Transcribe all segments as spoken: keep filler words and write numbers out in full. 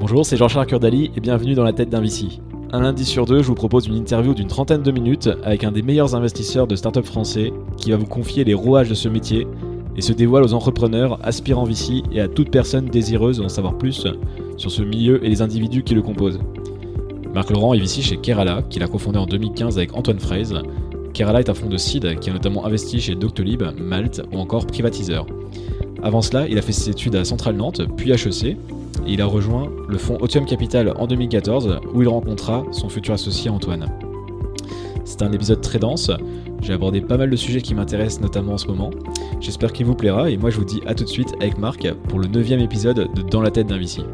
Bonjour, c'est Jean-Charles Kurdali et bienvenue dans la tête d'un V C. Un lundi sur deux, je vous propose une interview d'une trentaine de minutes avec un des meilleurs investisseurs de start-up français qui va vous confier les rouages de ce métier et se dévoile aux entrepreneurs, aspirants V C et à toute personne désireuse d'en savoir plus sur ce milieu et les individus qui le composent. Marc Laurent est V C chez Kerala, qu'il a cofondé en deux mille quinze avec Antoine Fraise. Kerala est un fonds de seed qui a notamment investi chez Doctolib, Malte ou encore Privatiseur. Avant cela, il a fait ses études à Centrale Nantes, puis H E C, et il a rejoint le fonds Otium Capital en deux mille quatorze, où il rencontra son futur associé Antoine. C'est un épisode très dense, j'ai abordé pas mal de sujets qui m'intéressent notamment en ce moment. J'espère qu'il vous plaira, et moi je vous dis à tout de suite avec Marc pour le neuvième épisode de Dans la tête d'un V C.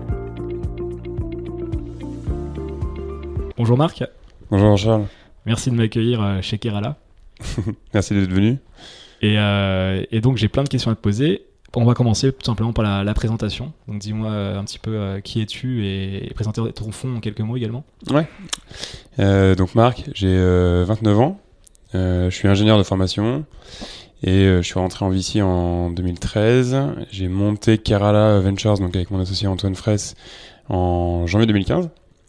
Bonjour Marc. Bonjour Charles. Merci de m'accueillir chez Kerala. Merci d'être venu. Et, euh, et donc j'ai plein de questions à te poser. On va commencer tout simplement par la, la présentation. Donc dis-moi un petit peu euh, qui es-tu et, et présenter ton fonds en quelques mots également. Ouais. Euh, donc Marc, j'ai euh, vingt-neuf ans. Euh, je suis ingénieur de formation et euh, je suis rentré en V C en deux mille treize. J'ai monté Kerala Ventures donc avec mon associé Antoine Fraisse en janvier deux mille quinze.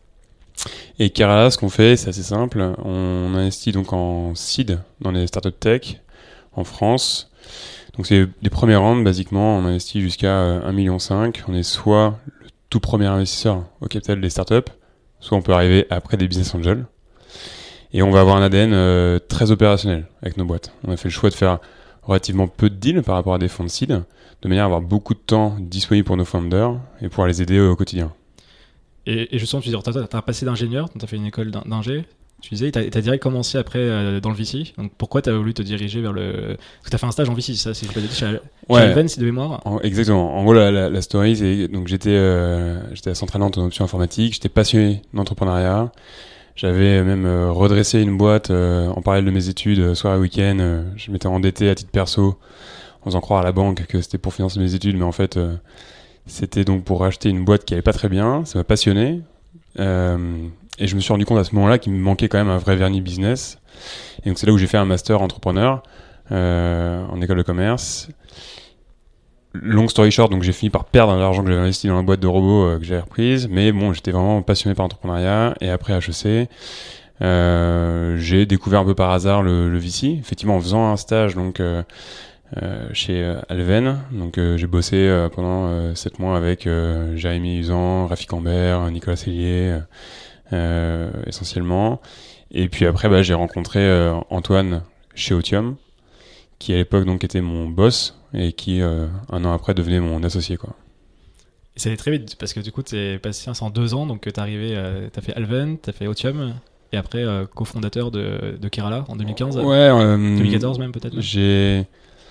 Et Kerala, ce qu'on fait, c'est assez simple. On investit donc en seed dans les startups tech en France. Donc c'est des premiers rounds, basiquement, on investit jusqu'à un virgule cinq million. On est soit le tout premier investisseur au capital des startups, soit on peut arriver après des business angels. Et on va avoir un A D N euh, très opérationnel avec nos boîtes. On a fait le choix de faire relativement peu de deals par rapport à des fonds de seed, de manière à avoir beaucoup de temps disponible pour nos founders et pouvoir les aider au quotidien. Et, et justement, tu dis, tu as un passé d'ingénieur, tu as fait une école d'ingé. Tu disais, tu as direct commencé après euh, dans le V C. Donc pourquoi tu as voulu te diriger vers le. Parce que tu as fait un stage en V C, ça, si je peux dire, chez, ouais. chez Alven, c'est de mémoire. En, exactement. En gros, la, la, la story, c'est. Donc j'étais, euh, j'étais à Centrale Nantes en option informatique, j'étais passionné d'entrepreneuriat. J'avais même euh, redressé une boîte euh, en parallèle de mes études, euh, soir et week-end. Euh, je m'étais endetté à titre perso en faisant croire à la banque que c'était pour financer mes études, mais en fait, euh, c'était donc pour acheter une boîte qui allait pas très bien. Ça m'a passionné. Euh, Et je me suis rendu compte à ce moment-là qu'il me manquait quand même un vrai vernis business. Et donc c'est là où j'ai fait un master entrepreneur euh, en école de commerce. Long story short, donc j'ai fini par perdre l'argent que j'avais investi dans la boîte de robots euh, que j'avais reprise. Mais bon, j'étais vraiment passionné par l'entrepreneuriat. Et après H E C, euh, j'ai découvert un peu par hasard le, le V C. Effectivement, en faisant un stage donc euh, euh, chez euh, Alven. Donc euh, j'ai bossé euh, pendant euh, sept mois avec euh, Jérémy Usan, Rafik Ambert, Nicolas Sellier. Euh, Euh, essentiellement. Et puis après, bah, j'ai rencontré euh, Antoine chez Otium, qui à l'époque donc était mon boss et qui euh, un an après devenait mon associé, quoi. Et ça allait très vite parce que du coup, tu es passé en deux ans, donc tu es arrivé, euh, tu as fait Alven, tu as fait Otium, et après euh, cofondateur de, de Kerala en deux mille quinze. Ouais, euh, deux mille quatorze même peut-être. Même. J'ai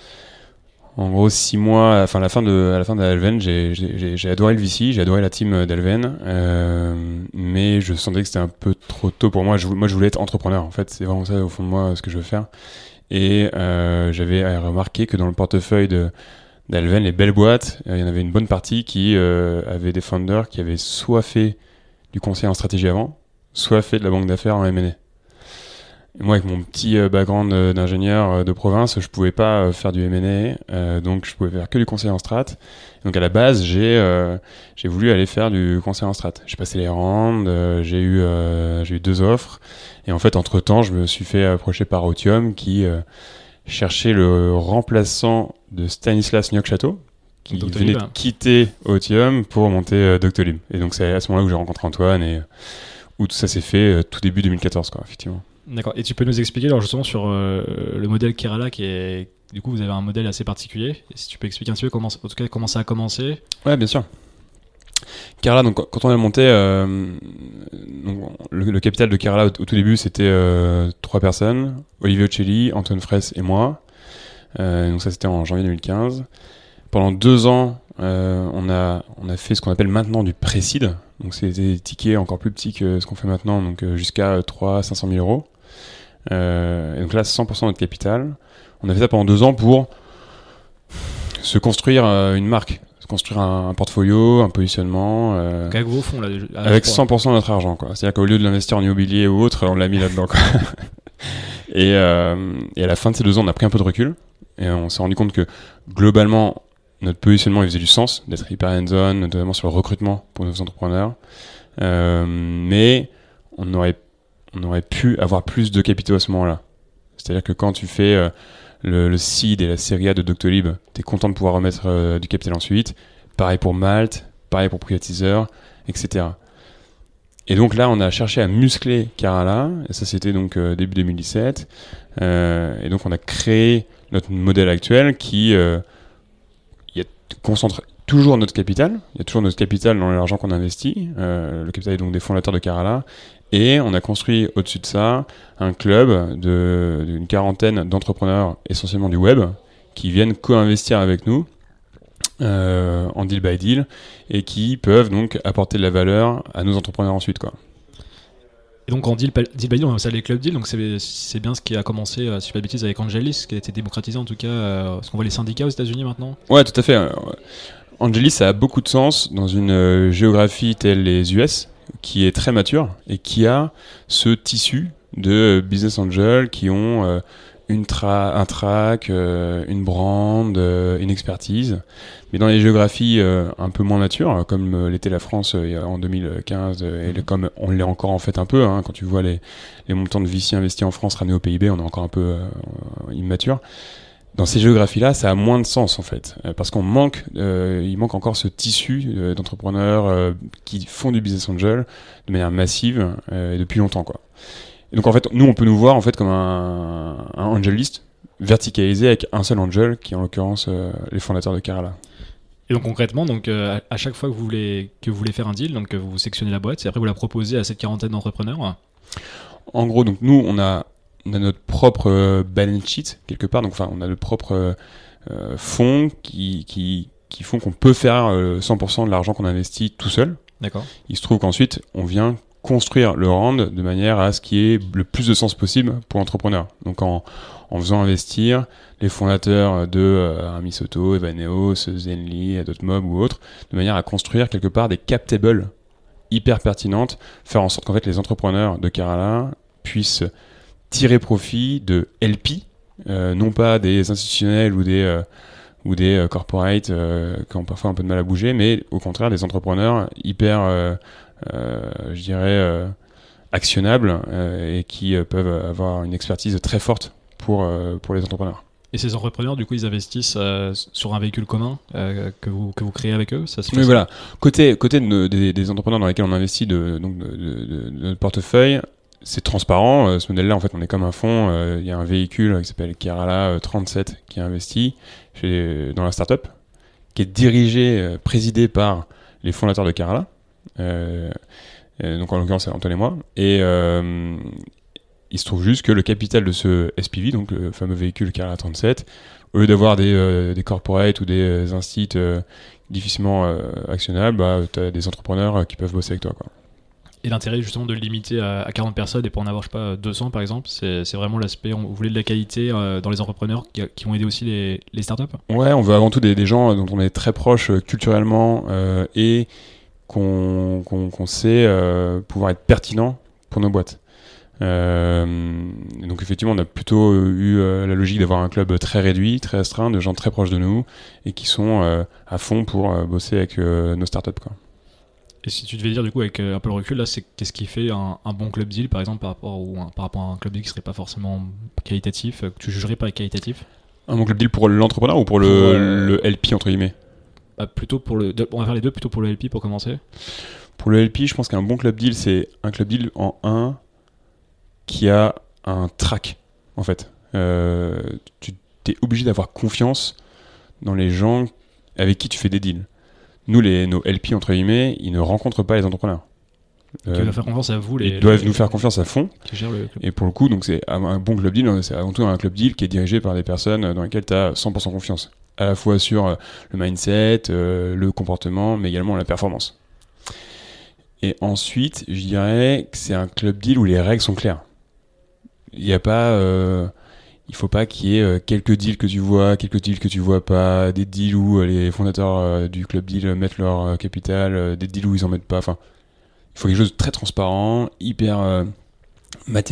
en gros six mois, enfin la fin de, à la fin d'Alven, j'ai, j'ai, j'ai adoré le V C, j'ai adoré la team d'Alven, euh, mais je sentais que c'était un peu trop tôt pour moi. Je, moi, je voulais être entrepreneur. En fait, c'est vraiment ça au fond de moi ce que je veux faire. Et euh, j'avais remarqué que dans le portefeuille de, d'Alven, les belles boîtes, il euh, y en avait une bonne partie qui euh, avaient des founders qui avaient soit fait du conseil en stratégie avant, soit fait de la banque d'affaires en M and A. Et moi, avec mon petit background d'ingénieur de province, je pouvais pas faire du M and A, euh, donc je pouvais faire que du conseil en strat. Donc à la base, j'ai euh, j'ai voulu aller faire du conseil en strat. J'ai passé les rounds, euh, j'ai eu euh, j'ai eu deux offres, et en fait, entre temps, je me suis fait approcher par Otium qui euh, cherchait le remplaçant de Stanislas Niok-Château, qui Doctolib. venait de quitter Otium pour monter euh, Doctolib. Et donc c'est à ce moment-là où j'ai rencontré Antoine et où tout ça s'est fait euh, tout début deux mille quatorze, quoi, effectivement. D'accord. Et tu peux nous expliquer alors justement sur euh, le modèle Kerala qui est du coup vous avez un modèle assez particulier. Et si tu peux expliquer un petit peu comment en tout cas comment ça a commencé. Ouais, bien sûr. Kerala, donc quand on a monté euh, donc, le, le capital de Kerala au, au tout début c'était euh, trois personnes, Olivier Ocelli, Antoine Fraisse et moi. Euh, donc ça c'était en janvier deux mille quinze. Pendant deux ans, euh, on a on a fait ce qu'on appelle maintenant du pré-seed. Donc c'est des tickets encore plus petits que ce qu'on fait maintenant, donc euh, jusqu'à trois cents à cinq cent mille euros. Euh, et donc là, cent pour cent de notre capital. On a fait ça pendant deux ans pour se construire euh, une marque, se construire un, un portfolio, un positionnement. Euh, avec vos fonds là. avec cent pour cent de notre argent, quoi. C'est-à-dire qu'au lieu de l'investir en immobilier ou autre, on l'a mis là-dedans, quoi. et, euh, et à la fin de ces deux ans, on a pris un peu de recul et on s'est rendu compte que globalement, notre positionnement il faisait du sens, d'être hyper hands-on, notamment sur le recrutement pour nos entrepreneurs. Euh, mais on aurait, on aurait pu avoir plus de capitaux à ce moment-là. C'est-à-dire que quand tu fais euh, le, le seed et la série A de Doctolib, tu es content de pouvoir remettre euh, du capital ensuite. Pareil pour Malte, pareil pour Privatiseur, et cetera. Et donc là, on a cherché à muscler Carala, et ça c'était donc euh, début deux mille dix-sept. Euh, et donc on a créé notre modèle actuel qui euh, y a, concentre toujours notre capital. Il y a toujours notre capital dans l'argent qu'on investit. Euh, le capital est donc des fondateurs de Carala. Et on a construit au-dessus de ça un club de, d'une quarantaine d'entrepreneurs, essentiellement du web, qui viennent co-investir avec nous euh, en deal by deal et qui peuvent donc apporter de la valeur à nos entrepreneurs ensuite, quoi. Et donc en deal, deal by deal, on appelle ça les club deals, donc c'est, c'est bien ce qui a commencé, si je ne dis pas de bêtises, avec Angelis, qui a été démocratisé en tout cas, euh, parce qu'on voit les syndicats aux États-Unis maintenant. Ouais, tout à fait. Angelis, ça a beaucoup de sens dans une euh, géographie telle les U S, qui est très mature et qui a ce tissu de business angels qui ont euh, une tra- un track, euh, une brand, euh, une expertise. Mais dans les géographies euh, un peu moins matures, comme euh, l'était la France euh, en deux mille quinze, euh, et le, comme on l'est encore en fait un peu, hein, quand tu vois les, les montants de V C investis en France ramenés au P I B, on est encore un peu euh, immature. Dans ces géographies-là, ça a moins de sens en fait, euh, parce qu'on manque, euh, il manque encore ce tissu euh, d'entrepreneurs euh, qui font du business angel de manière massive euh, et depuis longtemps, quoi. Et donc en fait, nous on peut nous voir en fait comme un, un angeliste verticalisé avec un seul angel, qui est en l'occurrence euh, les fondateurs de Carala. Et donc concrètement, donc euh, à chaque fois que vous voulez que vous voulez faire un deal, donc vous sectionnez la boîte et après vous la proposez à cette quarantaine d'entrepreneurs. En gros, donc nous on a On a notre propre euh, balance sheet quelque part, donc enfin on a le propre euh, fonds qui, qui, qui font qu'on peut faire euh, cent pour cent de l'argent qu'on investit tout seul. D'accord. Il se trouve qu'ensuite on vient construire le round de manière à ce qu'il y ait le plus de sens possible pour l'entrepreneur. Donc en, en faisant investir les fondateurs de euh, Misoto, Evaneos, Zenly, Adotmob ou autres, de manière à construire quelque part des cap tables hyper pertinentes, faire en sorte qu'en fait les entrepreneurs de Carala puissent tirer profit de L P, euh, non pas des institutionnels ou des, euh, ou des euh, corporates euh, qui ont parfois un peu de mal à bouger, mais au contraire des entrepreneurs hyper, euh, euh, je dirais, euh, actionnables euh, et qui euh, peuvent avoir une expertise très forte pour, euh, pour les entrepreneurs. Et ces entrepreneurs, du coup, ils investissent euh, sur un véhicule commun euh, que, vous, que vous créez avec eux, ça se fait? Oui, voilà. Côté, côté de nos, des, des entrepreneurs dans lesquels on investit de, donc de, de, de, de notre portefeuille, c'est transparent. Euh, ce modèle-là, en fait, on est comme un fonds. Il euh, y a un véhicule qui s'appelle Carala trente-sept qui investit chez, dans la startup, qui est dirigé, euh, présidé par les fondateurs de Carala. Euh, euh, donc, en l'occurrence, c'est Antoine et moi. Et euh, il se trouve juste que le capital de ce S P V, donc le fameux véhicule Carala trente-sept, au lieu d'avoir des, euh, des corporates ou des instituts euh, difficilement euh, actionnables, bah, tu as des entrepreneurs qui peuvent bosser avec toi, quoi. Et l'intérêt justement de le limiter à quarante personnes et pour en avoir, je sais pas, deux cents par exemple, c'est, c'est vraiment l'aspect, on, vous voulez de la qualité euh, dans les entrepreneurs qui, qui vont aider aussi les, les startups? Ouais, on veut avant tout des, des gens dont on est très proche euh, culturellement euh, et qu'on, qu'on, qu'on sait euh, pouvoir être pertinent pour nos boîtes. Euh, donc effectivement, on a plutôt eu euh, la logique d'avoir un club très réduit, très restreint, de gens très proches de nous et qui sont euh, à fond pour euh, bosser avec euh, nos startups, quoi. Et si tu devais dire du coup avec un peu le recul là, c'est qu'est-ce qui fait un, un bon club deal par exemple par rapport, ou un, par rapport à un club deal qui serait pas forcément qualitatif, que tu jugerais pas qualitatif? Un bon club deal pour l'entrepreneur ou pour le, pour, euh, le L P entre guillemets? Bah plutôt pour le, on va faire les deux, plutôt pour le L P pour commencer. Pour le L P, je pense qu'un bon club deal c'est un club deal en un qui a un track en fait. Euh, tu es obligé d'avoir confiance dans les gens avec qui tu fais des deals. Nous, les, nos L P, entre guillemets, ils ne rencontrent pas les entrepreneurs. Qui euh, doivent faire confiance à vous. Les, ils doivent les, nous faire confiance à fond. Qui gèrent le club. Et pour le coup, donc c'est un bon club deal, c'est avant tout un club deal qui est dirigé par des personnes dans lesquelles tu as cent pour cent confiance. À la fois sur le mindset, euh, le comportement, mais également la performance. Et ensuite, je dirais que c'est un club deal où les règles sont claires. Il n'y a pas... Euh, il faut pas qu'il y ait quelques deals que tu vois, quelques deals que tu vois pas, des deals où les fondateurs du club deal mettent leur capital, des deals où ils en mettent pas. Enfin, il faut quelque chose de très transparent, hyper euh,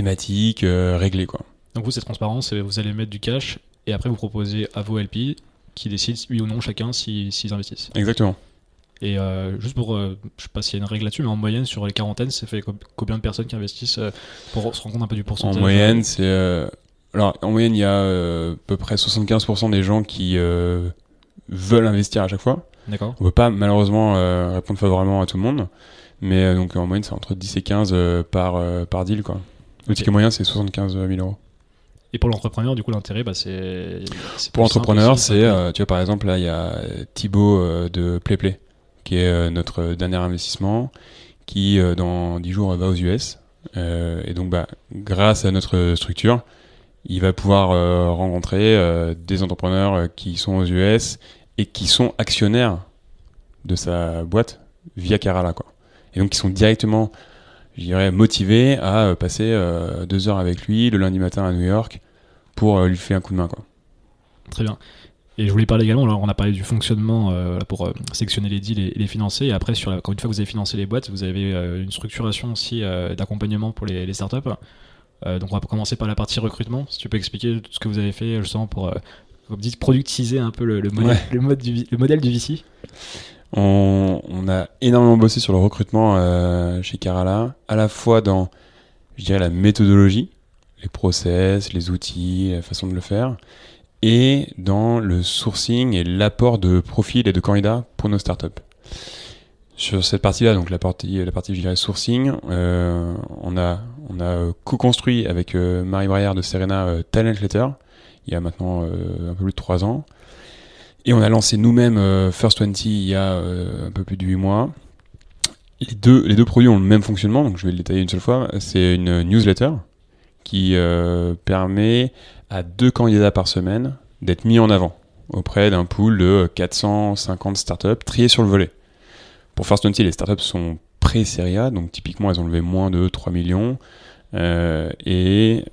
mathématique, euh, réglé, quoi. Donc vous, c'est transparent, c'est, vous allez mettre du cash et après vous proposez à vos L P qui décident oui ou non chacun s'ils, s'ils investissent. Exactement. Et euh, juste pour, euh, je sais pas s'il y a une règle là-dessus, mais en moyenne sur les quarantaines, ça fait co- combien de personnes qui investissent euh, pour se rendre compte un peu du pourcentage? En moyenne, c'est euh, alors en moyenne il y a euh, à peu près soixante-quinze pour cent des gens qui euh, veulent investir à chaque fois. D'accord. On peut pas malheureusement euh, répondre favorablement à tout le monde, mais euh, donc en moyenne c'est entre dix et quinze euh, par euh, par deal quoi. Le ticket moyen c'est soixante-quinze mille euros. Et pour l'entrepreneur, du coup, l'intérêt, bah, c'est, c'est pour l'entrepreneur, aussi, c'est euh, tu vois par exemple là il y a Thibaut euh, de PlayPlay qui est euh, notre dernier investissement, qui euh, dans dix jours va aux U S euh, et donc bah grâce à notre structure, il va pouvoir euh, rencontrer euh, des entrepreneurs euh, qui sont aux U S et qui sont actionnaires de sa boîte via Kerala quoi. Et donc qui sont directement, je dirais, motivés à euh, passer euh, deux heures avec lui le lundi matin à New York pour euh, lui faire un coup de main quoi. Très bien. Et je voulais parler également, alors on a parlé du fonctionnement euh, pour euh, sélectionner les deals et, et les financer. Et après, sur la, quand une fois que vous avez financé les boîtes, vous avez euh, une structuration aussi euh, d'accompagnement pour les, les startups. Euh, donc on va commencer par la partie recrutement. Si tu peux expliquer tout ce que vous avez fait justement pour, euh, comme dit, productiser un peu le, le, modèle, ouais. le, mode du, le modèle du V C. On, on a énormément bossé sur le recrutement euh, chez Kerala, à la fois dans, je dirais, la méthodologie, les process, les outils, la façon de le faire, et dans le sourcing et l'apport de profils et de candidats pour nos startups. Sur cette partie-là, donc la partie, la partie je dirais sourcing, euh, on a, on a co-construit avec euh, Marie Braillard de Serena euh, Talent Letter, il y a maintenant euh, un peu plus de trois ans. Et on a lancé nous-mêmes euh, First vingt il y a euh, un peu plus de huit mois. Les deux, les deux produits ont le même fonctionnement, donc je vais le détailler une seule fois. C'est une newsletter qui euh, permet à deux candidats par semaine d'être mis en avant auprès d'un pool de quatre cent cinquante startups triées sur le volet. Pour First vingt, les startups sont pré-série A, donc typiquement elles ont levé moins de trois millions euh, et,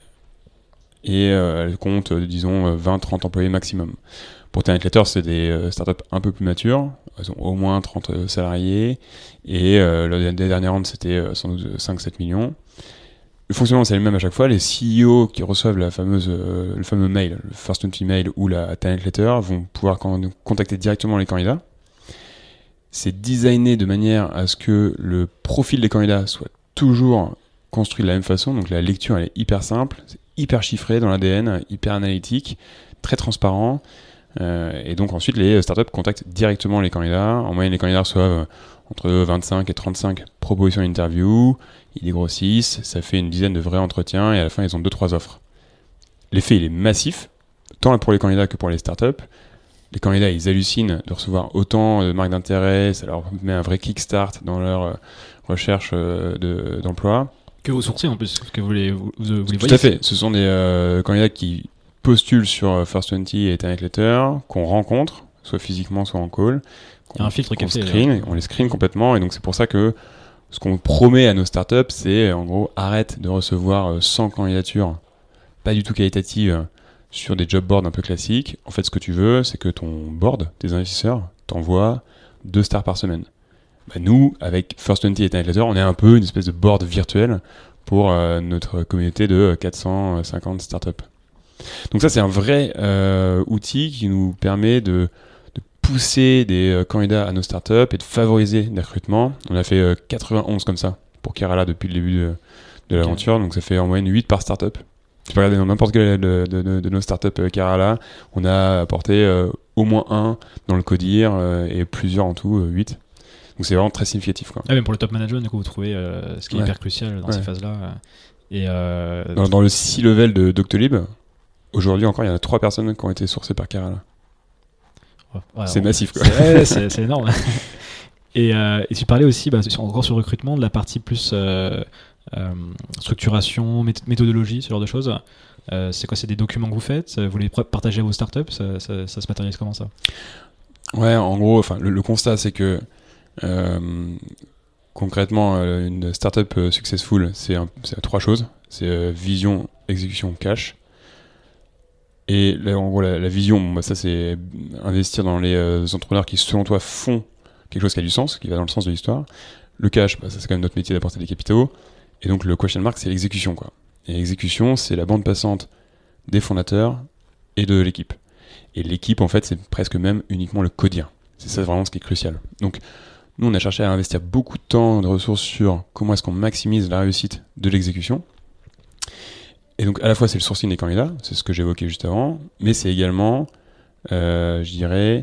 et euh, elles comptent, disons, vingt à trente employés maximum. Pour Talent Letter, c'est des euh, startups un peu plus matures, elles ont au moins trente euh, salariés et euh, la dernière ronde c'était euh, sans doute cinq à sept millions. Le fonctionnement c'est le même à chaque fois. Les C E O qui reçoivent la fameuse, euh, le fameux mail, le First vingt mail ou la Talent Letter vont pouvoir contacter directement les candidats. C'est designé de manière à ce que le profil des candidats soit toujours construit de la même façon. Donc la lecture elle est hyper simple, c'est hyper chiffré dans l'A D N, hyper analytique, très transparent. Euh, et donc ensuite les startups contactent directement les candidats. En moyenne les candidats reçoivent entre vingt-cinq et trente-cinq propositions d'interview. Ils dégrossissent, ça fait une dizaine de vrais entretiens et à la fin ils ont deux trois offres. L'effet il est massif, tant pour les candidats que pour les startups. Les candidats ils hallucinent de recevoir autant de marques d'intérêt, ça leur met un vrai kickstart dans leur euh, recherche euh, de, d'emploi. Que vous sourcez en plus, que vous les, vous, vous les voyez. Tout à fait, ce sont des euh, candidats qui postulent sur First vingt et Talent Letter, qu'on rencontre, soit physiquement soit en call. Il y a un filtre qui est fait. Screen, on les screen complètement et donc c'est pour ça que ce qu'on promet à nos startups, c'est en gros arrête de recevoir cent candidatures pas du tout qualitatives sur des job boards un peu classiques. En fait, ce que tu veux, c'est que ton board, tes investisseurs, t'envoie deux stars par semaine. Bah, nous, avec First vingt et Talent Letter, on est un peu une espèce de board virtuel pour euh, notre communauté de quatre cent cinquante startups. Donc ça, c'est un vrai euh, outil qui nous permet de pousser des euh, candidats à nos startups et de favoriser des recrutements. On a fait euh, quatre-vingt-onze comme ça pour Kerala depuis le début de, de l'aventure, okay. Donc ça fait en moyenne huit par startup. Tu peux regarder dans n'importe quelle de, de, de, de nos startups euh, Kerala, on a apporté euh, au moins un dans le codir euh, et plusieurs en tout, euh, huit. Donc c'est vraiment très significatif, quoi. Ah, même pour le top management, du coup, vous trouvez euh, ce qui est ouais. hyper crucial dans ouais. ces phases-là. Euh, et euh, dans, dans le C-level de Doctolib, aujourd'hui encore, il y en a trois personnes qui ont été sourcées par Kerala. Ouais, c'est massif quoi. C'est, c'est, c'est énorme. Et, euh, et tu parlais aussi, bah, sur, encore sur le recrutement, de la partie plus euh, euh, structuration, mé- méthodologie, ce genre de choses. Euh, c'est quoi, c'est des documents que vous faites, vous les partagez à vos startups, ça, ça, ça se matérialise comment ça? Ouais, en gros, enfin, le, le constat c'est que euh, concrètement, euh, une startup euh, successful, c'est, un, c'est trois choses. C'est euh, vision, exécution, cash. Et là, en gros, la, la vision, bon, bah, ça c'est investir dans les euh, entrepreneurs qui, selon toi, font quelque chose qui a du sens, qui va dans le sens de l'histoire. Le cash, bah, ça c'est quand même notre métier d'apporter des capitaux. Et donc le question mark, c'est l'exécution, quoi. Et l'exécution, c'est la bande passante des fondateurs et de l'équipe. Et l'équipe, en fait, c'est presque même uniquement le codir. C'est ça vraiment ce qui est crucial. Donc, nous, on a cherché à investir beaucoup de temps, de ressources sur comment est-ce qu'on maximise la réussite de l'exécution. Et donc, à la fois, c'est le sourcing des candidats, c'est ce que j'évoquais juste avant, mais c'est également, euh, je dirais,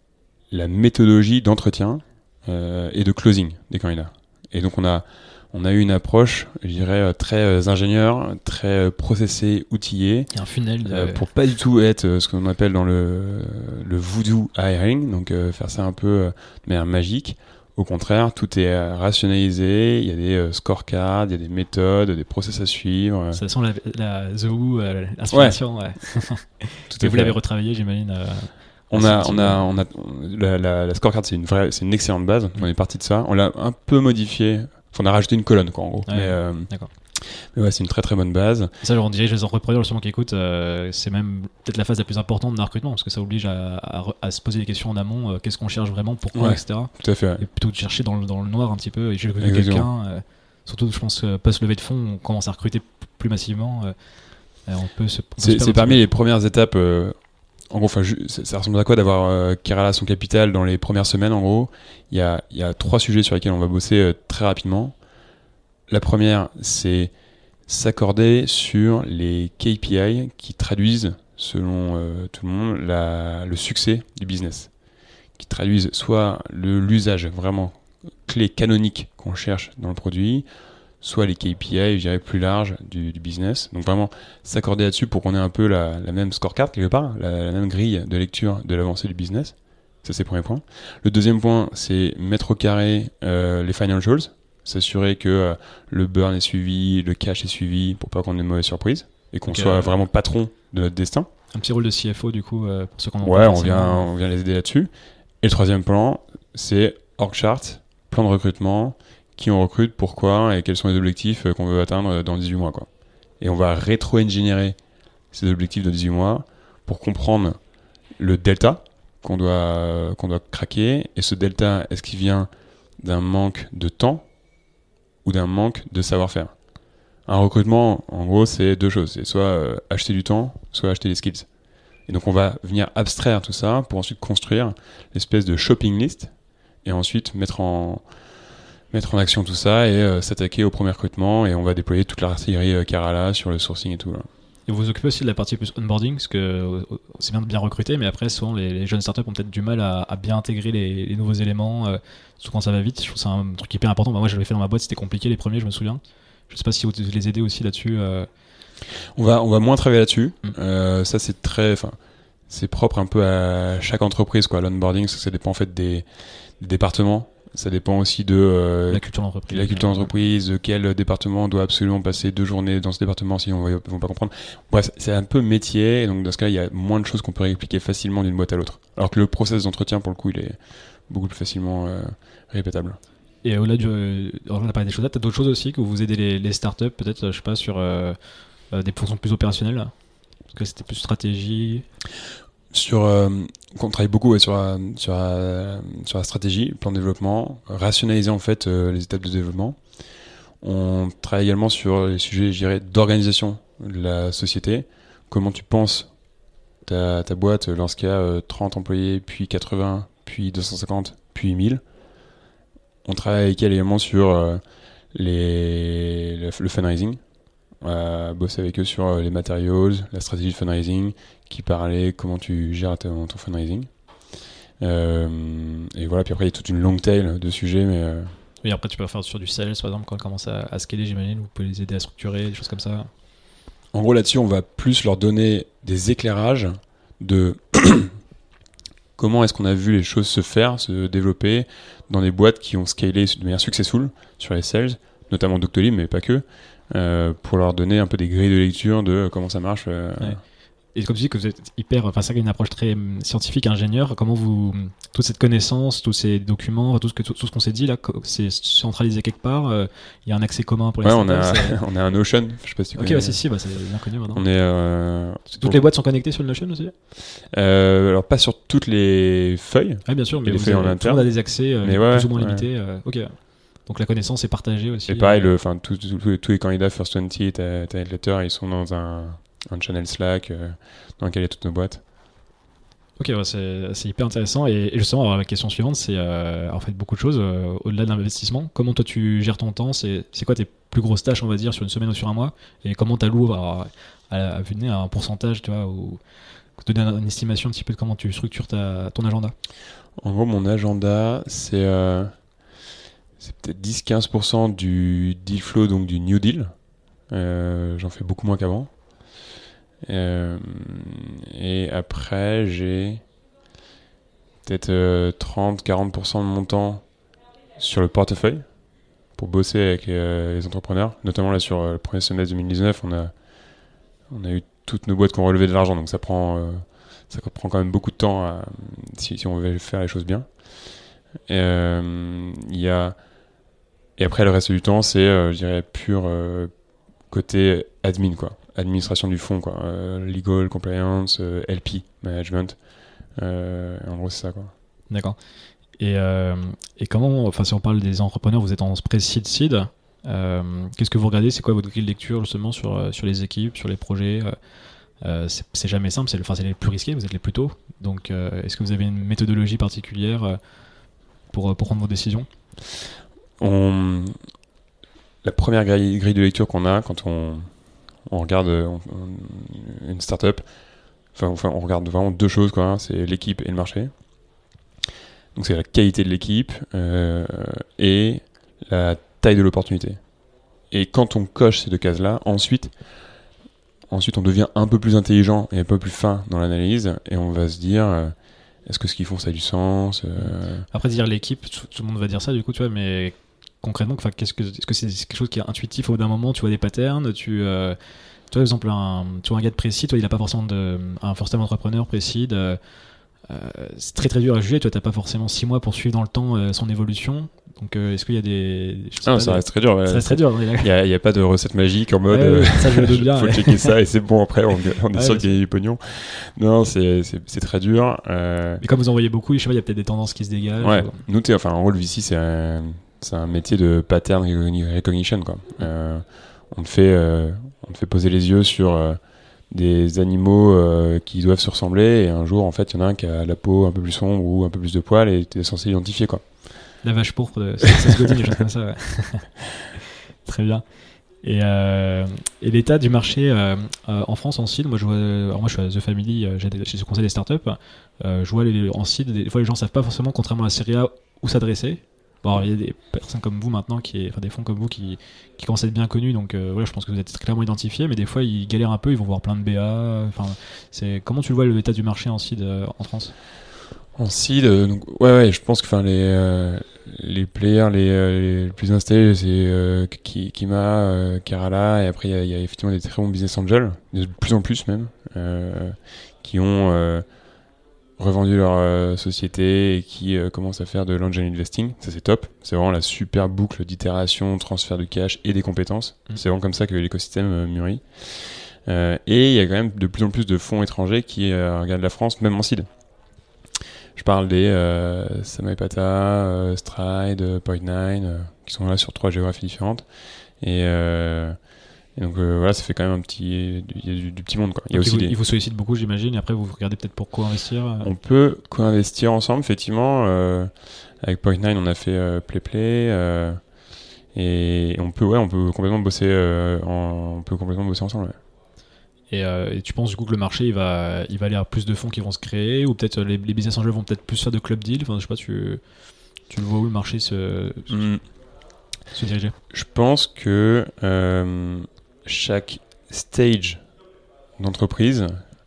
la méthodologie d'entretien euh, et de closing des candidats. Et donc, on a, on a eu une approche, je dirais, très euh, ingénieur, très euh, processée, outillée. Il y a un funnel de... euh, pour pas du tout être euh, ce qu'on appelle dans le, le voodoo hiring, donc euh, faire ça un peu euh, de manière magique. Au contraire, tout est euh, rationalisé, il y a des euh, scorecards, il y a des méthodes, des process à suivre. Ça sent la, la The Who, euh, l'inspiration. Ouais. Ouais. Tout Et à vous fait. l'avez retravaillé, j'imagine. Euh, On a, on a, on a, la, la, la scorecard, c'est une vraie, c'est une excellente base. On est parti de ça. On l'a un peu modifié. Enfin, on a rajouté une colonne, quoi, en gros. Ouais, mais, euh, d'accord. mais ouais, c'est une très très bonne base. Et ça, on dirige les entrepreneurs justement qui écoutent. Euh, c'est même peut-être la phase la plus importante d'un recrutement parce que ça oblige à, à, à se poser des questions en amont. Euh, qu'est-ce qu'on cherche vraiment, pourquoi, Ouais, et cetera. Tout à fait. Ouais. Et plutôt que de chercher dans le, dans le noir un petit peu. Et j'ai vu Exactement. quelqu'un. Euh, surtout, je pense, euh, post-levée de fonds, on commence à recruter p- plus massivement. Euh, et on peut se. on peut se C'est, perdre c'est un parmi petit les premières étapes. Euh, en gros, enfin, ju- ça, ça ressemble à quoi d'avoir euh, Kerala son capital dans les premières semaines, en gros. Il y a, il y a trois sujets sur lesquels on va bosser euh, très rapidement. La première, c'est s'accorder sur les K P I qui traduisent, selon euh, tout le monde, la, le succès du business. Qui traduisent soit le, l'usage vraiment clé canonique qu'on cherche dans le produit, soit les K P I, je dirais, plus larges du, du business. Donc vraiment s'accorder là-dessus pour qu'on ait un peu la, la même scorecard quelque part, la, la même grille de lecture de l'avancée du business. Ça, c'est le premier point. Le deuxième point, c'est mettre au carré euh, les financials, s'assurer que euh, le burn est suivi, le cash est suivi pour pas qu'on ait de mauvaises surprises et qu'on Donc, soit euh, vraiment patron de notre destin. Un petit rôle de C F O du coup euh, pour ceux qui en ont Ouais, pas on vient, forcément. on vient les aider là-dessus. Et le troisième plan, c'est org chart, plan de recrutement, qui on recrute, pourquoi et quels sont les objectifs qu'on veut atteindre dans dix-huit mois, quoi. Et on va rétro-ingénierer ces objectifs de dix-huit mois pour comprendre le delta qu'on doit, qu'on doit craquer. Et ce delta, est-ce qu'il vient d'un manque de temps ou d'un manque de savoir-faire? Un recrutement, en gros, c'est deux choses. C'est soit euh, acheter du temps, soit acheter des skills. Et donc, on va venir abstraire tout ça pour ensuite construire l'espèce de shopping list et ensuite mettre en, mettre en action tout ça et euh, s'attaquer au premier recrutement. Et on va déployer toute l'artillerie euh, Kerala sur le sourcing et tout. Là. Et vous vous occupez aussi de la partie plus onboarding, parce que euh, c'est bien de bien recruter, mais après, souvent, les, les jeunes startups ont peut-être du mal à, à bien intégrer les, les nouveaux éléments, euh, surtout quand ça va vite. Je trouve que c'est un truc hyper important. Bah, moi, je l'avais fait dans ma boîte, c'était compliqué les premiers, je me souviens. Je sais pas si vous les aidez aussi là-dessus. Euh... On va, on va moins travailler là-dessus. Mm. Euh, ça, c'est très, enfin, c'est propre un peu à chaque entreprise, quoi. L'onboarding, ça, ça dépend en fait des, des départements. Ça dépend aussi de euh, la culture d'entreprise. la culture d'entreprise, de quel département doit absolument passer deux journées dans ce département, sinon ils ne vont pas comprendre. Bref, c'est un peu métier, et donc dans ce cas, il y a moins de choses qu'on peut répliquer facilement d'une boîte à l'autre. Alors que le process d'entretien, pour le coup, il est beaucoup plus facilement euh, répétable. Et au-delà du... Alors, on a parlé des choses là, tu as d'autres choses aussi que vous aidez les, les startups, peut-être, je sais pas, sur euh, euh, des fonctions plus opérationnelles là. Parce que c'était plus stratégie. Sur, euh, on travaille beaucoup ouais, sur, la, sur, la, sur la stratégie, le plan de développement, rationaliser en fait euh, les étapes de développement. On travaille également sur les sujets, je dirais, d'organisation de la société. Comment tu penses ta, ta boîte lorsqu'il y a euh, trente employés, puis quatre-vingts, puis deux cent cinquante, puis mille. On travaille avec elle également sur euh, les, le, le fundraising. On va bosser avec eux sur les materials, la stratégie de fundraising, qui parlait comment tu gères ton, ton fundraising. Euh, et voilà, puis après il y a toute une long tail de sujets, mais... Euh... Oui, après tu peux faire sur du sales, par exemple, quand on commence à, à scaler, j'imagine, vous pouvez les aider à structurer, des choses comme ça. En gros, là-dessus, on va plus leur donner des éclairages de comment est-ce qu'on a vu les choses se faire, se développer dans des boîtes qui ont scalé de manière successful sur les sales, notamment Doctolib, mais pas que. Euh, pour leur donner un peu des grilles de lecture de comment ça marche. Euh... Ouais. Et comme tu dis que vous êtes hyper, enfin ça a une approche très scientifique, ingénieur, comment vous, toute cette connaissance, tous ces documents, tout ce, que, tout, tout ce qu'on s'est dit là, c'est centralisé quelque part, il euh, y a un accès commun pour les ouais, startups. On a, on a un Notion, je sais pas si tu ok, connais. bah, si, si, bah, c'est bien connu maintenant. On est, euh, toutes pour... les boîtes sont connectées sur le Notion aussi euh, Alors pas sur toutes les feuilles. Oui, bien sûr, mais les vous feuilles avez, en tout le monde a des accès euh, mais ouais, plus ou moins ouais. limités. Euh, ok. Donc la connaissance est partagée aussi. Et pareil, euh... le, tous tout, tout, tout les candidats First vingt, ta Letter, ils sont dans un, un channel Slack euh, dans lequel il y a toutes nos boîtes. Ok, ouais, c'est, c'est hyper intéressant. Et, et justement, alors, la question suivante, c'est euh, en fait beaucoup de choses euh, au-delà de l'investissement. Comment toi tu gères ton temps? C'est, c'est quoi tes plus grosses tâches, on va dire, sur une semaine ou sur un mois? Et comment tu alloues à, à, à, vue de nez, à un pourcentage, tu vois, ou te donner une estimation un petit peu de comment tu structures ta, ton agenda? En gros, mon agenda, c'est, euh, c'est peut-être dix à quinze pour cent du deal flow, donc du new deal. Euh, j'en fais beaucoup moins qu'avant. Euh, et après, j'ai peut-être euh, trente à quarante pour cent de mon temps sur le portefeuille pour bosser avec euh, les entrepreneurs. Notamment là sur euh, le premier semestre deux mille dix-neuf, on a, on a eu toutes nos boîtes qui ont relevé de l'argent, donc ça prend, euh, ça prend quand même beaucoup de temps à, si, si on veut faire les choses bien. Et, euh, y a, et après, le reste du temps, c'est, euh, je dirais, pur euh, côté admin, quoi. Administration du fonds, quoi. Euh, legal, compliance, euh, L P, management. Euh, en gros, c'est ça, quoi. D'accord. Et, euh, et comment, enfin, si on parle des entrepreneurs, vous êtes en pré-seed seed. Euh, qu'est-ce que vous regardez? C'est quoi votre grille de lecture justement sur, sur les équipes, sur les projets? euh, c'est, c'est jamais simple, c'est, le, enfin, c'est les plus risqués, vous êtes les plus tôt. Donc, euh, est-ce que vous avez une méthodologie particulière pour, pour prendre vos décisions? On... La première grille, grille de lecture qu'on a quand on, on regarde on, on, une startup, enfin, enfin, on regarde vraiment deux choses, quoi, hein, c'est l'équipe et le marché. Donc c'est la qualité de l'équipe euh, et la taille de l'opportunité. Et quand on coche ces deux cases-là, ensuite, ensuite on devient un peu plus intelligent et un peu plus fin dans l'analyse et on va se dire euh, est-ce que ce qu'ils font ça a du sens euh... Après dire l'équipe, tout, tout le monde va dire ça du coup, tu vois, mais concrètement, qu'est-ce que, est-ce que c'est quelque chose qui est intuitif au bout d'un moment? Tu vois des patterns, tu, euh, tu vois, par exemple, un, tu vois un gars de précis, toi, il n'a pas forcément de, un first time entrepreneur précis. De, euh, c'est très très dur à juger. Toi, t'as pas forcément six mois pour suivre dans le temps euh, son évolution. Donc, euh, est-ce qu'il y a des. Ah, non, ça des... reste très dur. Ouais. Ça reste très dur. Il n'y a, a pas de recette magique en mode. Ouais, ouais, ça, je le doute Il bien. faut ouais. checker ça et c'est bon après, on, on est ouais, sûr qu'il y a du pognon. Non, c'est, c'est, c'est très dur. Euh... Mais comme vous en voyez beaucoup, je sais pas, il y a peut-être des tendances qui se dégagent. Ouais, ou... nous, t'es, enfin, en gros, le V C, c'est un, c'est un métier de pattern recognition, quoi. Euh, on, te fait, euh, on te fait poser les yeux sur. Euh, des animaux euh, qui doivent se ressembler et un jour en fait il y en a un qui a la peau un peu plus sombre ou un peu plus de poils et tu es censé l'identifier, quoi. La vache pourpre de Seth Godin, des choses comme ça, ouais. Très bien. Et, euh, et l'état du marché euh, euh, en France en seed, moi je vois, alors moi je suis à The Family, euh, j'ai, j'ai ce conseil des startups, euh, je vois les, en seed, des fois les gens savent pas forcément, contrairement à la série A, où s'adresser. Bon, il y a des personnes comme vous maintenant, qui, enfin des fonds comme vous qui, qui commencent à être bien connus, donc euh, voilà, je pense que vous êtes clairement identifiés, mais des fois ils galèrent un peu, ils vont voir plein de B A. Enfin, c'est comment tu vois l'état du marché en seed euh, en France? En seed, euh, donc ouais ouais, je pense que enfin les euh, les players les, euh, les plus installés c'est euh, Kima, euh, Kerala et après il y, y a effectivement des très bons business angels, de plus en plus même, euh, qui ont euh, revendu leur euh, société et qui euh, commencent à faire de l'angel investing. Ça c'est top, c'est vraiment la super boucle d'itération, transfert de cash et des compétences. Mmh. C'est vraiment comme ça que l'écosystème euh, mûrit. Euh, et il y a quand même de plus en plus de fonds étrangers qui euh, regardent la France même en seed. Je parle des euh, Samaipata, euh, Stride, euh, Point Nine, euh, qui sont là sur trois géographies différentes. Et, euh, et donc euh, voilà, ça fait quand même un petit, il y a du, du petit monde, quoi. Il y a donc aussi il, vous, des... il vous sollicite beaucoup, j'imagine. Et après, vous regardez peut-être pour co-investir. Euh... On peut co-investir ensemble, effectivement. Euh, avec Point Nine, on a fait euh, Play Play. Euh, et on peut, ouais, on peut complètement bosser, euh, en, on peut complètement bosser ensemble. Ouais. Et, euh, et tu penses du coup que le marché il va, il va aller à plus de fonds qui vont se créer, ou peut-être les, les business angels vont peut-être plus faire de club deal. Enfin, je sais pas, tu, tu le vois où le marché se, se, mm. se diriger? Je pense que euh, chaque stage d'entreprise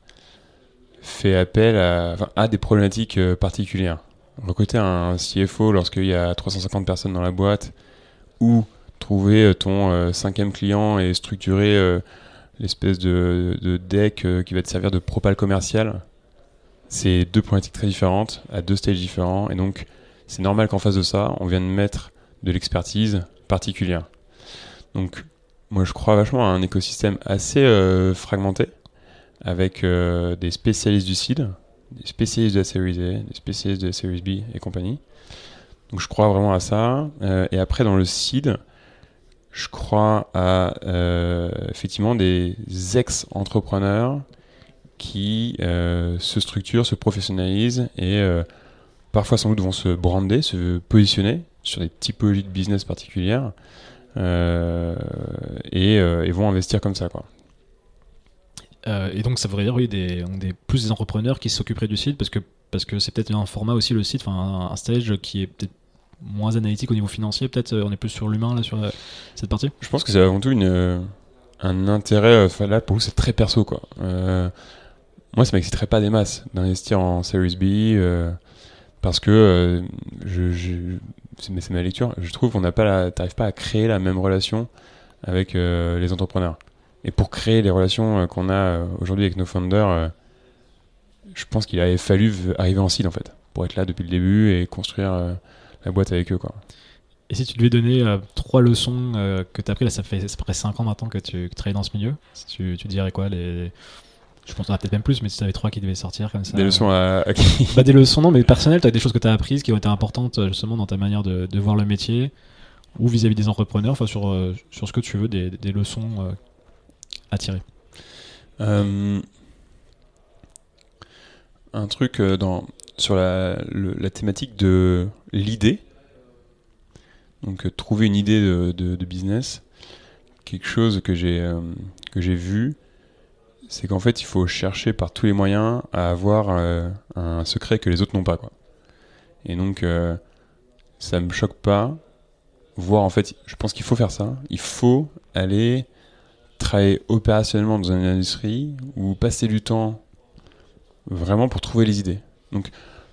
fait appel à, enfin, à des problématiques euh, particulières. Recruter un C F O lorsqu'il y a trois cent cinquante personnes dans la boîte, ou trouver ton euh, cinquième client et structurer euh, l'espèce de, de deck euh, qui va te servir de propal commercial, c'est deux problématiques très différentes, à deux stages différents, et donc c'est normal qu'en face de ça, on vienne mettre de l'expertise particulière. Donc moi je crois vachement à un écosystème assez euh, fragmenté, avec euh, des spécialistes du seed, des spécialistes de la Series A, des spécialistes de la Series B et compagnie. Donc je crois vraiment à ça. Euh, et après dans le seed, je crois à euh, effectivement des ex-entrepreneurs qui euh, se structurent, se professionnalisent et euh, parfois sans doute vont se brander, se positionner sur des typologies de business particulières euh, et, euh, et vont investir comme ça, quoi. Euh, et donc ça voudrait dire oui, des, des, plus des entrepreneurs qui s'occuperaient du site parce que, parce que c'est peut-être un format aussi, le site, un, un stage qui est peut-être moins analytique au niveau financier, peut-être on est plus sur l'humain là, sur euh, cette partie. Je pense que c'est avant tout une, euh, un intérêt, enfin là pour vous c'est très perso, quoi. Euh, moi ça m'exciterait pas des masses d'investir en Series B euh, parce que euh, je, je, c'est, mais c'est ma lecture, je trouve qu'on n'a pas la, t'arrives pas à créer la même relation avec euh, les entrepreneurs. Et pour créer les relations euh, qu'on a euh, aujourd'hui avec nos founders, euh, je pense qu'il avait fallu arriver en seed en fait, pour être là depuis le début et construire euh, la boîte avec eux, quoi. Et si tu devais donner euh, trois leçons euh, que tu as appris, là ça fait à peu près cinq ans maintenant que tu que travailles dans ce milieu, si tu, tu dirais quoi les... Je pense qu'on a peut-être même plus, mais si tu avais trois qui devaient sortir comme ça. Des leçons à, à qui? Bah, des leçons, non, mais personnelles, tu as des choses que tu as apprises qui ont été importantes justement dans ta manière de, de voir le métier ou vis-à-vis des entrepreneurs, enfin sur, euh, sur ce que tu veux, des, des leçons euh, à tirer. Euh, un truc euh, dans, sur la, le, la thématique de l'idée. Donc euh, trouver une idée de, de, de business. Quelque chose que j'ai, euh, que j'ai vu, c'est qu'en fait il faut chercher par tous les moyens à avoir euh, un secret que les autres n'ont pas, quoi. Et donc euh, ça me choque pas. Voir en fait, je pense qu'il faut faire ça. Il faut aller travailler opérationnellement dans une industrie ou passer du temps vraiment pour trouver les idées. Donc,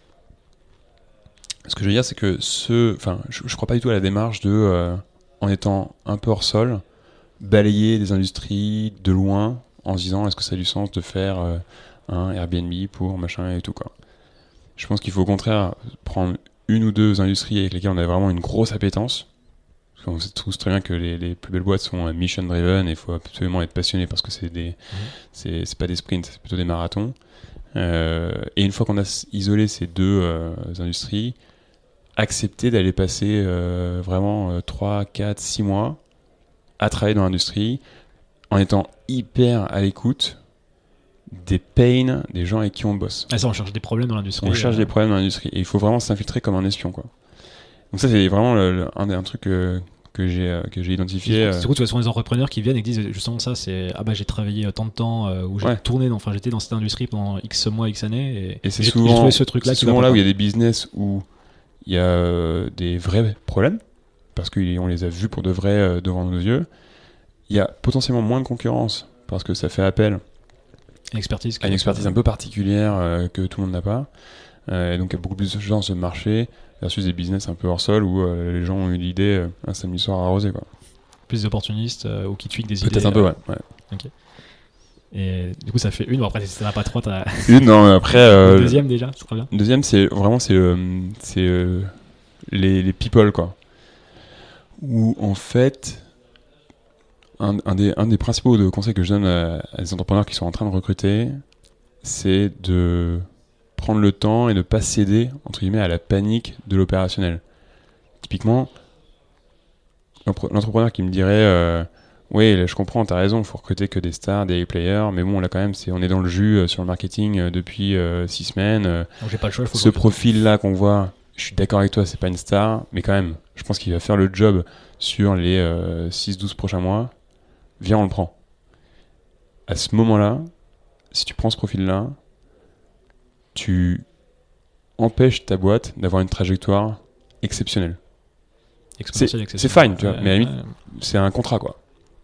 ce que je veux dire, c'est que ce, enfin, je, je crois pas du tout à la démarche de, euh, en étant un peu hors sol, balayer des industries de loin en se disant est-ce que ça a du sens de faire euh, un Airbnb pour machin et tout, quoi. Je pense qu'il faut au contraire prendre une ou deux industries avec lesquelles on a vraiment une grosse appétence. On sait tous très bien que les, les plus belles boîtes sont uh, mission driven et il faut absolument être passionné parce que c'est des, mmh. c'est, c'est pas des sprints, c'est plutôt des marathons. Euh, et une fois qu'on a isolé ces deux euh, industries, accepter d'aller passer euh, vraiment euh, trois, quatre, six mois à travailler dans l'industrie en étant hyper à l'écoute des pains des gens avec qui on bosse. Ah ça, on cherche des problèmes dans l'industrie. On cherche euh... des problèmes dans l'industrie et il faut vraiment s'infiltrer comme un espion, quoi. Donc ça c'est vraiment le, le, un, un truc euh, que j'ai euh, que j'ai identifié. Du coup, tu vois souvent les entrepreneurs qui viennent et qui disent justement ça, c'est ah bah j'ai travaillé tant de temps euh, où j'ai ouais. tourné, dans, enfin j'étais dans cette industrie pendant X mois, X années et, et c'est j'ai, souvent, j'ai trouvé ce truc là. C'est souvent là où il y a des business où il y a euh, des vrais problèmes parce qu'on les a vus pour de vrai euh, devant nos yeux. Il y a potentiellement moins de concurrence parce que ça fait appel une expertise, à une expertise un peu particulière euh, que tout le monde n'a pas. Euh, et donc il y a beaucoup plus de chances de marché versus des business un peu hors sol où euh, les gens ont eu l'idée euh, un samedi soir arrosé, quoi. Plus d'opportunistes euh, ou qui tweakent des Peut-être idées. Peut-être un peu, ouais. ouais. Ok. Et du coup ça fait une, bon après si ça n'a pas trois, t'as... Une, non, après... Euh, le deuxième déjà, c'est très bien. Le deuxième, c'est vraiment c'est, euh, c'est, euh, les, les people, quoi. Où en fait... Un, un, des, un des principaux de conseils que je donne à, à des entrepreneurs qui sont en train de recruter, c'est de prendre le temps et ne pas céder entre guillemets à la panique de l'opérationnel. Typiquement, l'entrepreneur qui me dirait euh, oui, là, je comprends, t'as raison, il faut recruter que des stars, des players, mais bon là quand même c'est, on est dans le jus euh, sur le marketing euh, depuis euh, six semaines. Euh, Donc, j'ai pas le choix, faut ce profil là qu'on voit, je suis d'accord avec toi, c'est pas une star, mais quand même, je pense qu'il va faire le job sur les euh, six douze prochains mois. Viens, on le prend. À ce moment-là, si tu prends ce profil-là, tu empêches ta boîte d'avoir une trajectoire exceptionnelle. C'est, c'est fine, tu vois, euh, mais à la limite, euh... c'est un contrat, quoi.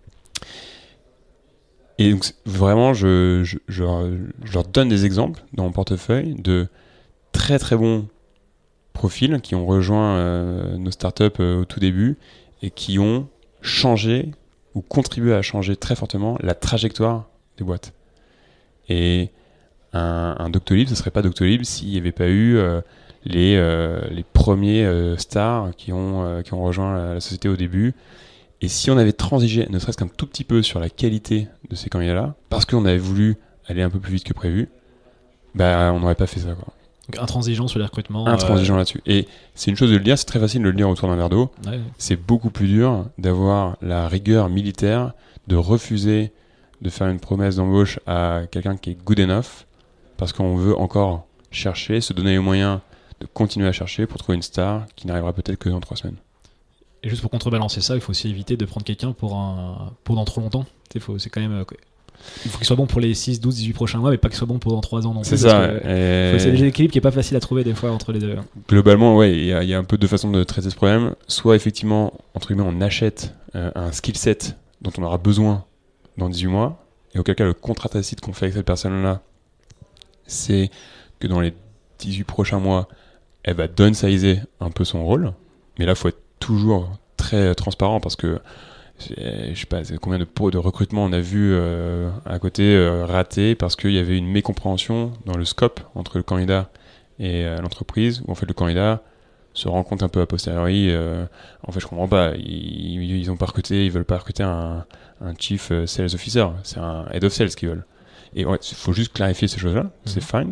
Et donc, vraiment, je, je, je, je leur donne des exemples dans mon portefeuille de très très bons profils qui ont rejoint euh, nos startups euh, au tout début et qui ont changé ou contribué à changer très fortement la trajectoire des boîtes. Et un, un Doctolib, ce ne serait pas Doctolib s'il n'y avait pas eu euh, les, euh, les premiers euh, stars qui ont, euh, qui ont rejoint la, la société au début. Et si on avait transigé, ne serait-ce qu'un tout petit peu sur la qualité de ces candidats-là, parce qu'on avait voulu aller un peu plus vite que prévu, bah, on n'aurait pas fait ça, quoi. Donc intransigeant sur les recrutements. Intransigeant euh... là-dessus. Et c'est une chose de le dire, c'est très facile de le dire autour d'un verre d'eau. Ouais. C'est beaucoup plus dur d'avoir la rigueur militaire, de refuser de faire une promesse d'embauche à quelqu'un qui est good enough, parce qu'on veut encore chercher, se donner les moyens de continuer à chercher pour trouver une star qui n'arrivera peut-être que dans trois semaines. Et juste pour contrebalancer ça, il faut aussi éviter de prendre quelqu'un pour, un, pour dans trop longtemps. C'est, faut, c'est quand même, il faut qu'il soit bon pour les six, douze, dix-huit prochains mois, mais pas qu'il soit bon pour dans trois ans non plus. C'est ça. Et... c'est l'équilibre qui n'est pas facile à trouver des fois entre les deux. Globalement, ouais, il y, y a un peu deux façons de traiter ce problème. Soit effectivement, entre guillemets, on achète euh, un skill set dont on aura besoin dans dix-huit mois, et auquel cas le contrat tacite qu'on fait avec cette personne-là, c'est que dans les dix-huit prochains mois, elle va downsizer un peu son rôle. Mais là, il faut être toujours très transparent parce que je sais pas combien de, de recrutements on a vu euh, à côté euh, ratés parce qu'il y avait une mécompréhension dans le scope entre le candidat et euh, l'entreprise, où en fait le candidat se rend compte un peu a posteriori, euh, en fait je comprends pas, ils, ils ont pas recruté, ils veulent pas recruter un, un chief sales officer, c'est un head of sales qu'ils veulent. Et ouais, il faut juste clarifier ces choses-là, mmh. c'est fine.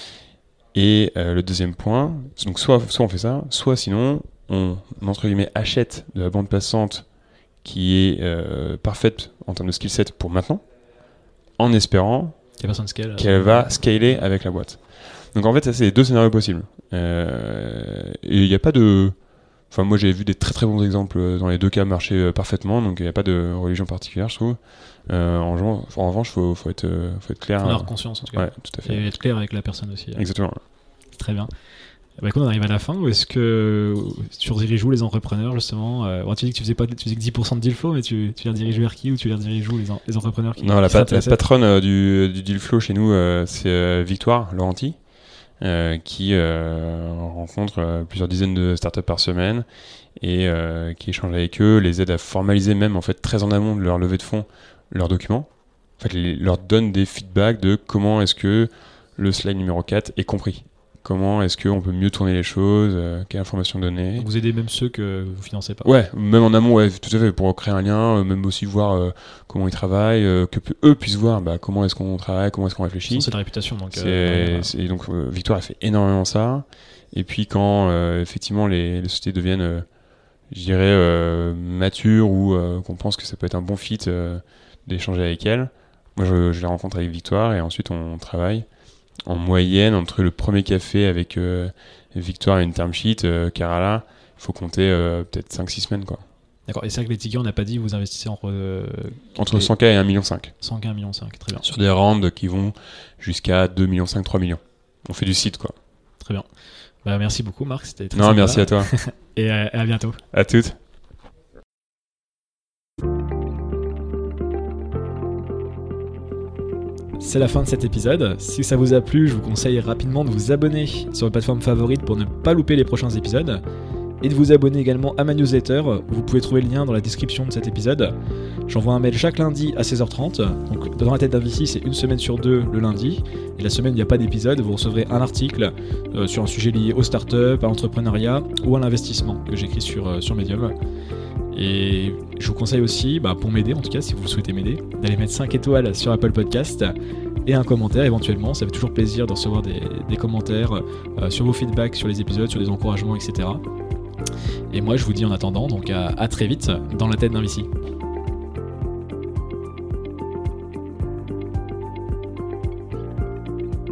Et euh, le deuxième point, donc soit, soit on fait ça, soit sinon on, entre guillemets, achète de la bande passante qui est euh, parfaite en termes de skill set pour maintenant, en espérant scale, qu'elle euh, va scaler avec la boîte. Donc en fait, ça, c'est les deux scénarios possibles. Euh, et il n'y a pas de... Enfin, moi, j'ai vu des très très bons exemples dans les deux cas marcher euh, parfaitement, donc il n'y a pas de religion particulière, je trouve. Euh, en, en revanche, il faut, faut, être, faut être clair. Il faut avoir conscience, en tout cas. Ouais, tout à fait. Et être clair avec la personne aussi. Exactement. Très bien. Bah, écoute, on arrive à la fin. Est-ce que tu rediriges où les entrepreneurs, justement euh, bon, tu dis que tu faisais, pas, tu faisais que dix pour cent de deal flow, mais tu, tu les rediriges vers qui, ou tu les rediriges où les, en, les entrepreneurs qui Non, la, qui pat- la patronne euh, du, du deal flow chez nous, euh, c'est euh, Victoire Laurenti, euh, qui euh, rencontre euh, plusieurs dizaines de startups par semaine et euh, qui échange avec eux, les aide à formaliser même en fait très en amont de leur levée de fonds leurs documents. En fait, les, leur donne des feedbacks de comment est-ce que le slide numéro quatre est compris. Comment est-ce qu'on peut mieux tourner les choses, euh, quelle information donner. Vous aidez même ceux que vous financez pas. Ouais, même en amont, ouais, tout à fait, pour créer un lien, euh, même aussi voir euh, comment ils travaillent, euh, que p- eux puissent voir bah, comment est-ce qu'on travaille, comment est-ce qu'on réfléchit. C'est de la réputation. Donc, c'est, euh, c'est, et donc euh, Victoire a fait énormément ça. Et puis quand euh, effectivement les, les sociétés deviennent, euh, je dirais, euh, matures ou euh, qu'on pense que ça peut être un bon fit euh, d'échanger avec elles, moi je, je les rencontre avec Victoire et ensuite on travaille. En moyenne, entre le premier café avec euh, Victoire et une term sheet, euh, Kerala, il faut compter euh, peut-être cinq six semaines. Quoi. D'accord, et c'est vrai que les tickets, on n'a pas dit, vous investissez entre... Euh, entre cent K et un virgule cinq million. cent K et un virgule cinq, très bien. Sur des rounds qui vont jusqu'à deux virgule cinq millions, trois millions. On fait du site, quoi. Très bien. Bah, merci beaucoup, Marc, c'était très Non, sympa. merci à toi. Et euh, à bientôt. À toutes. C'est la fin de cet épisode. Si ça vous a plu, je vous conseille rapidement de vous abonner sur votre plateforme favorite pour ne pas louper les prochains épisodes. Et de vous abonner également à ma newsletter. Vous pouvez trouver le lien dans la description de cet épisode. J'envoie un mail chaque lundi à seize heures trente. Donc dans la tête d'un V C, c'est une semaine sur deux le lundi. Et la semaine, il n'y a pas d'épisode. Vous recevrez un article euh, sur un sujet lié aux startups, à l'entrepreneuriat ou à l'investissement que j'écris sur, euh, sur Medium. Et je vous conseille aussi, bah, pour m'aider en tout cas, si vous souhaitez m'aider, d'aller mettre cinq étoiles sur Apple Podcast et un commentaire éventuellement. Ça fait toujours plaisir de recevoir des, des commentaires euh, sur vos feedbacks sur les épisodes, sur des encouragements, et cetera. Et moi je vous dis en attendant, donc à, à très vite dans la tête d'un V C.